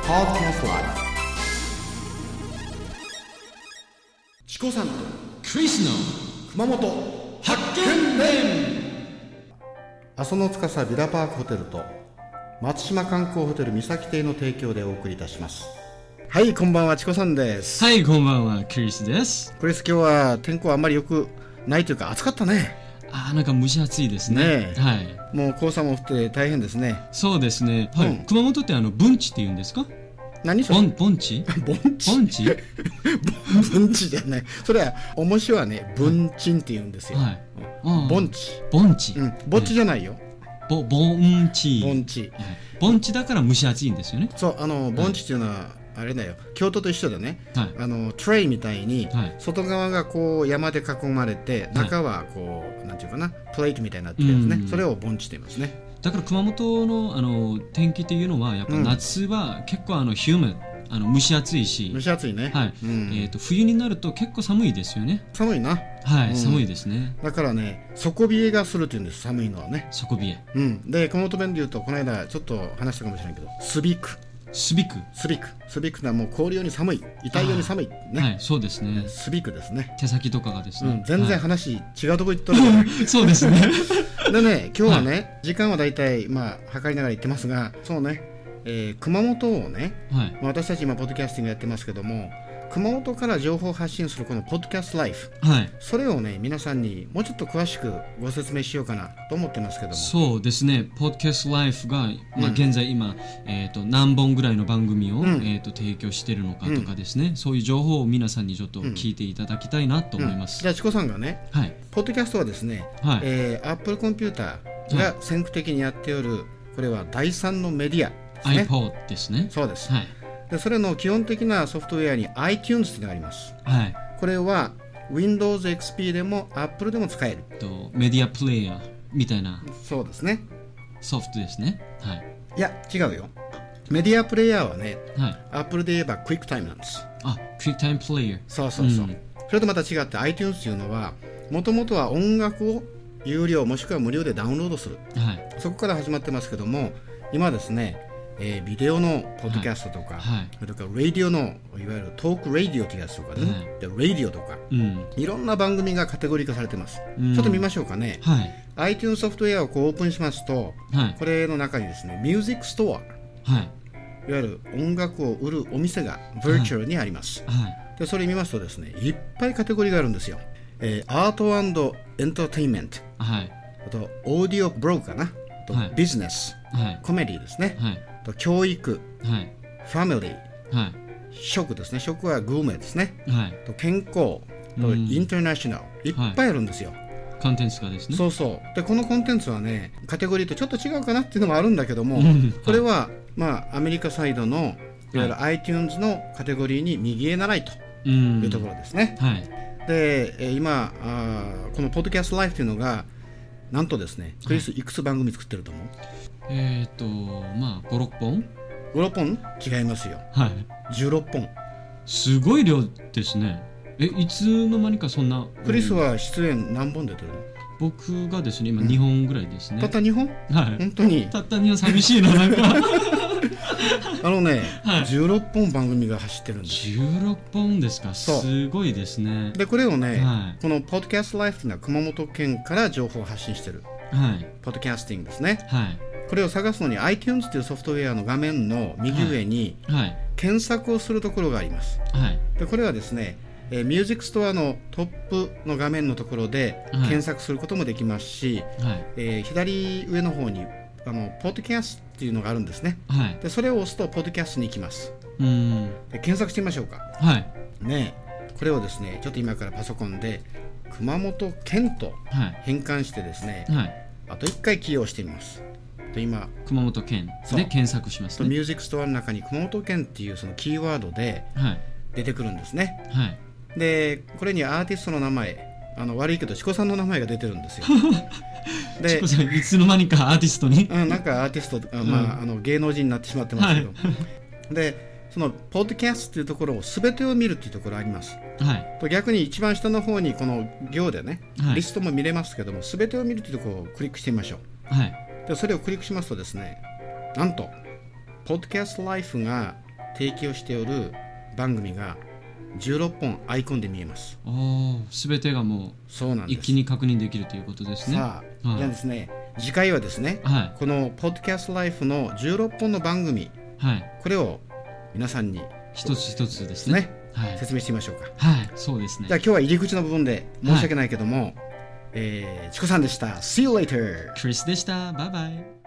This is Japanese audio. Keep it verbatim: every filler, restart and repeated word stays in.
Podcast Life チコさんとクリスの熊本発見伝。 阿蘇の司ビラパークホテルと松島観光ホテル三崎邸の提供でお送りいたします。はい、こんばんは、チコさんです。 はい、こんばんは、クリスです。 クリス、今日は天候あんまり良くないというか暑かったね。 あー、なんか蒸し暑いですね。 ねえ、 はい。 もう黄砂も降って大変ですね。 そうですね。はい。うん、熊本ってあの盆地って言うんですか？ 何それ？ 盆盆地？ 盆地？ 盆地？ 盆地じゃない。それは面白いはね、盆地って言うんですよ。はい。盆地。 盆地。 うん。盆地じゃないよ。 ぼ盆地。 盆地。 盆地だから蒸し暑いんですよね。 そう、あの盆地っていうのはあれだよ。京都と一緒でね。はい、あのトレイみたいに、はい、外側がこう山で囲まれて、中はこう、はい、なんていうかな、プレートみたいになってるやつね。それを盆地って言いますね。 だから熊本 の, あの天気っていうのはやっぱ夏は結構あのヒュームあの蒸し暑いし、 蒸し暑いね、 はい、うん、えー、と冬になると結構寒いですよね。 寒いな、 はい、うん、寒いですね。 だからね、底冷えがするっていうんです、寒いのはね。 底冷え、 うん、で熊本弁で言うと、この間ちょっと話したかもしれないけど、スビクスビクスビクスビクな、もう氷ように寒い、痛いように寒いね。 はい、そうですね。 スビクですね。 手先とかがですね、 うん、全然話、はい、違うとこ行っとるそうですね。 でね、今日はね、はい、時間はだいたいまあ測りながら言ってますが、そうね、えー、熊本をね、はい、私たち今ポッドキャスティングやってますけども、熊本から情報発信するこのポッドキャストライフ、はい、それをね、皆さんにもうちょっと詳しくご説明しようかなと思ってますけども。 そうですね、ポッドキャストライフが、まあ、現在今、うん、えー、と何本ぐらいの番組を、うん、えー、と提供しているのかとかですね、うん、そういう情報を皆さんにちょっと聞いていただきたいなと思います。 うんうん、じゃあチコさんがね、はい、ポッドキャストはですね、はい、えー、Apple コンピューターが先駆的にやっておる、はい、これは第三のメディアですね。 iPod ですね。 そうです、 はい、 でそれの基本的なソフトウェアに iTunes というのがあります。はい、これは Windows エックスピー でも Apple でも使えるとメディアプレイヤーみたいな、 そうですね、 ソフトですね。はい、 いや違うよ。メディアプレイヤーはね、はい、Apple で言えば QuickTime なんです。 あ、QuickTime プレイヤー。そうそうそう、うん、それとまた違って iTunes というのは、もともとは音楽を有料もしくは無料でダウンロードする、はい、そこから始まってますけども、今ですね、えー、ビデオのポッドキャストとか、はい、それからラディオのいわゆるトークラディオというやつとかね、はい、でラディオとか、うん、いろんな番組がカテゴリー化されてます。うん、ちょっと見ましょうかね。はい、iTunes ソフトウェアをこうオープンしますと、はい、これの中にですね、ミュージックストア、はい、いわゆる音楽を売るお店がバーチャルにあります。はいはい、でそれ見ますとですね、いっぱいカテゴリーがあるんですよ。えー、アート&エンターテインメント、はい、あとオーディオブログかな、あと、はい、ビジネス、はい、コメディですね、はい、と教育、はい、ファミリー、はい、食ですね、食はグルメですね、はい、と健康、とインターナショナル、いっぱいあるんですよ。はい、 コンテンツがですね。 そうそう。でこのコンテンツはね、カテゴリーとちょっと違うかなっていうのもあるんだけども、これは、まあ、アメリカサイドのいわゆる iTunes のカテゴリーに右へ習いというところですね。はい、で今あこのポッドキャストライフというのがなんとですね、クリスいくつ番組作ってると思う？ えっとまあご、ろっぽんご、ろっぽん違いますよ。はい、じゅうろっぽん。すごい量ですね。え、いつの間にかそんな。 クリスは出演何本出てるの？ 僕がですね、今にほんぐらいですね。 たったにほん？はい、本当にたったにほん、寂しいな、なんかあのね、はい、じゅうろっぽん番組が走ってるんです。 じゅうろっぽんですか。すごいですね。 でこれをね、はい、このポッドキャストライフというのは熊本県から情報を発信してる、はい、ポッドキャスティングですね。はい、これを探すのに iTunes というソフトウェアの画面の右上に、はい、検索をするところがあります。はい、でこれはですね、えー、ミュージックストアのトップの画面のところで検索することもできますし、はい、えー、左上の方にあのポッドキャストっていうのがあるんですね。はい、でそれを押すとポッドキャストに行きます。うん、で検索してみましょうか。はい、ね、これをですね、ちょっと今からパソコンで熊本県と変換してですね、はい、あといっかい起用してみます。で今熊本県で検索しますね。 ミュージックストアの中に熊本県っていうそのキーワードで出てくるんですね。はい、でこれにアーティストの名前、あの悪いけどチコさんの名前が出てるんですよ。 でチコさんいつの間にかアーティストに、 うん、なんかアーティスト、あ、まあ、うん、あの芸能人になってしまってますけど、はい、でそのポッドキャストというところを全てを見るというところあります。はい、と逆に一番下の方にこの行でね、はい、リストも見れますけども、全てを見るというところをクリックしてみましょう。はい、でそれをクリックしますとですね、なんとポッドキャストライフが提供しておる番組がじゅうろっぽんアイコンで見えます。 すべてがもうそうなんです。 一気に確認できるということですね。 さあ、はい、じゃあですね、次回はですね、はい、このポッドキャストライフのじゅうろっぽんの番組、はい、これを皆さんに一つ一つですね、ね、 はい、説明してみましょうか。 はい、そうですね。 じゃあ今日は入り口の部分で申し訳ないけども、はい、えー、チコさんでした。See you later。 クリスでした。バイバイ。